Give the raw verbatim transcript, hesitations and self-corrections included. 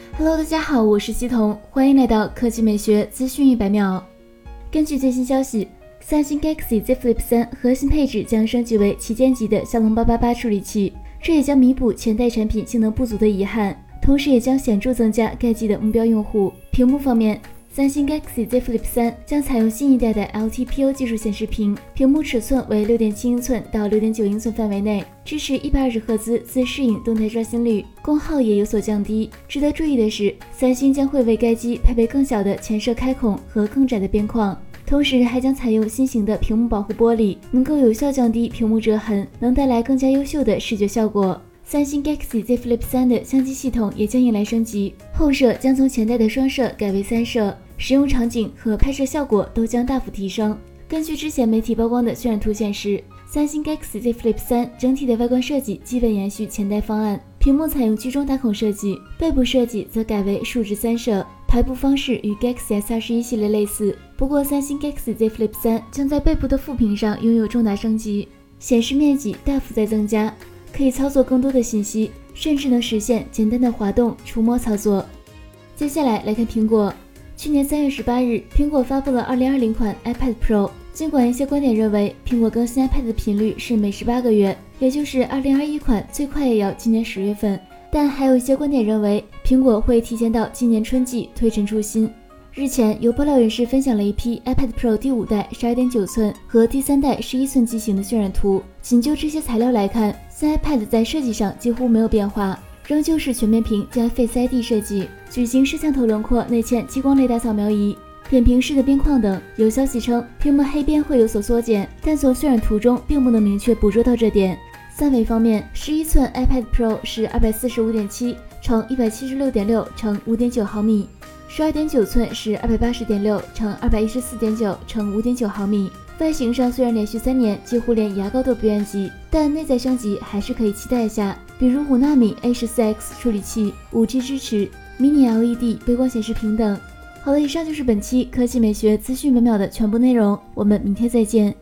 Hello， 大家好，我是西彤，欢迎来到科技美学资讯一百秒。根据最新消息，三星 Galaxy Z Flip 三核心配置将升级为旗舰级的骁龙八八八处理器，这也将弥补前代产品性能不足的遗憾，同时也将显著增加该机的目标用户。屏幕方面，三星 Galaxy Z Flip 三将采用新一代的 L T P O 技术显示屏，屏幕尺寸为 六点七英寸到 六点九英寸范围内，支持一百二十赫兹自适应动态刷新率，功耗也有所降低。值得注意的是，三星将会为该机配备更小的前摄开孔和更窄的边框，同时还将采用新型的屏幕保护玻璃，能够有效降低屏幕折痕，能带来更加优秀的视觉效果。三星 Galaxy Z Flip 三的相机系统也将迎来升级，后摄将从前代的双摄改为三摄，使用场景和拍摄效果都将大幅提升。根据之前媒体曝光的渲染图显示，三星 Galaxy Z Flip 三整体的外观设计基本延续前代方案，屏幕采用居中打孔设计，背部设计则改为竖直三摄，排布方式与 Galaxy S 二十一 系列类似。不过三星 Galaxy Z Flip 三将在背部的副屏上拥有重大升级，显示面积大幅在增加，可以操作更多的信息，甚至能实现简单的滑动、触摸操作。接下来来看苹果。去年三月十八日，苹果发布了二零二零款 iPad Pro。尽管一些观点认为苹果更新 iPad 的频率是每十八个月，也就是二零二一款最快也要今年十月份，但还有一些观点认为苹果会提前到今年春季推陈出新。日前，有爆料人士分享了一批 iPad Pro 第五代 十二点九寸和第三代十一寸机型的渲染图。仅就这些材料来看，新 iPad 在设计上几乎没有变化，仍旧是全面屏加 Face I D 设计，矩形摄像头轮廓内嵌激光雷达扫描仪，扁平式的边框等。有消息称屏幕黑边会有所缩减，但从渲染图中并不能明确捕捉到这点。三维方面，十一寸 iPad Pro 是 二百四十五点七乘一百七十六点六乘五点九毫米，十二点九寸是 二百八十点六乘二百一十四点九乘五点九毫米。外形上虽然连续三年几乎连牙膏都不愿挤，但内在升级还是可以期待一下，比如五纳米 A 十四 X 处理器、五 G 支持、迷你 L E D 背光显示屏等。好了，以上就是本期科技美学资讯每秒的全部内容，我们明天再见。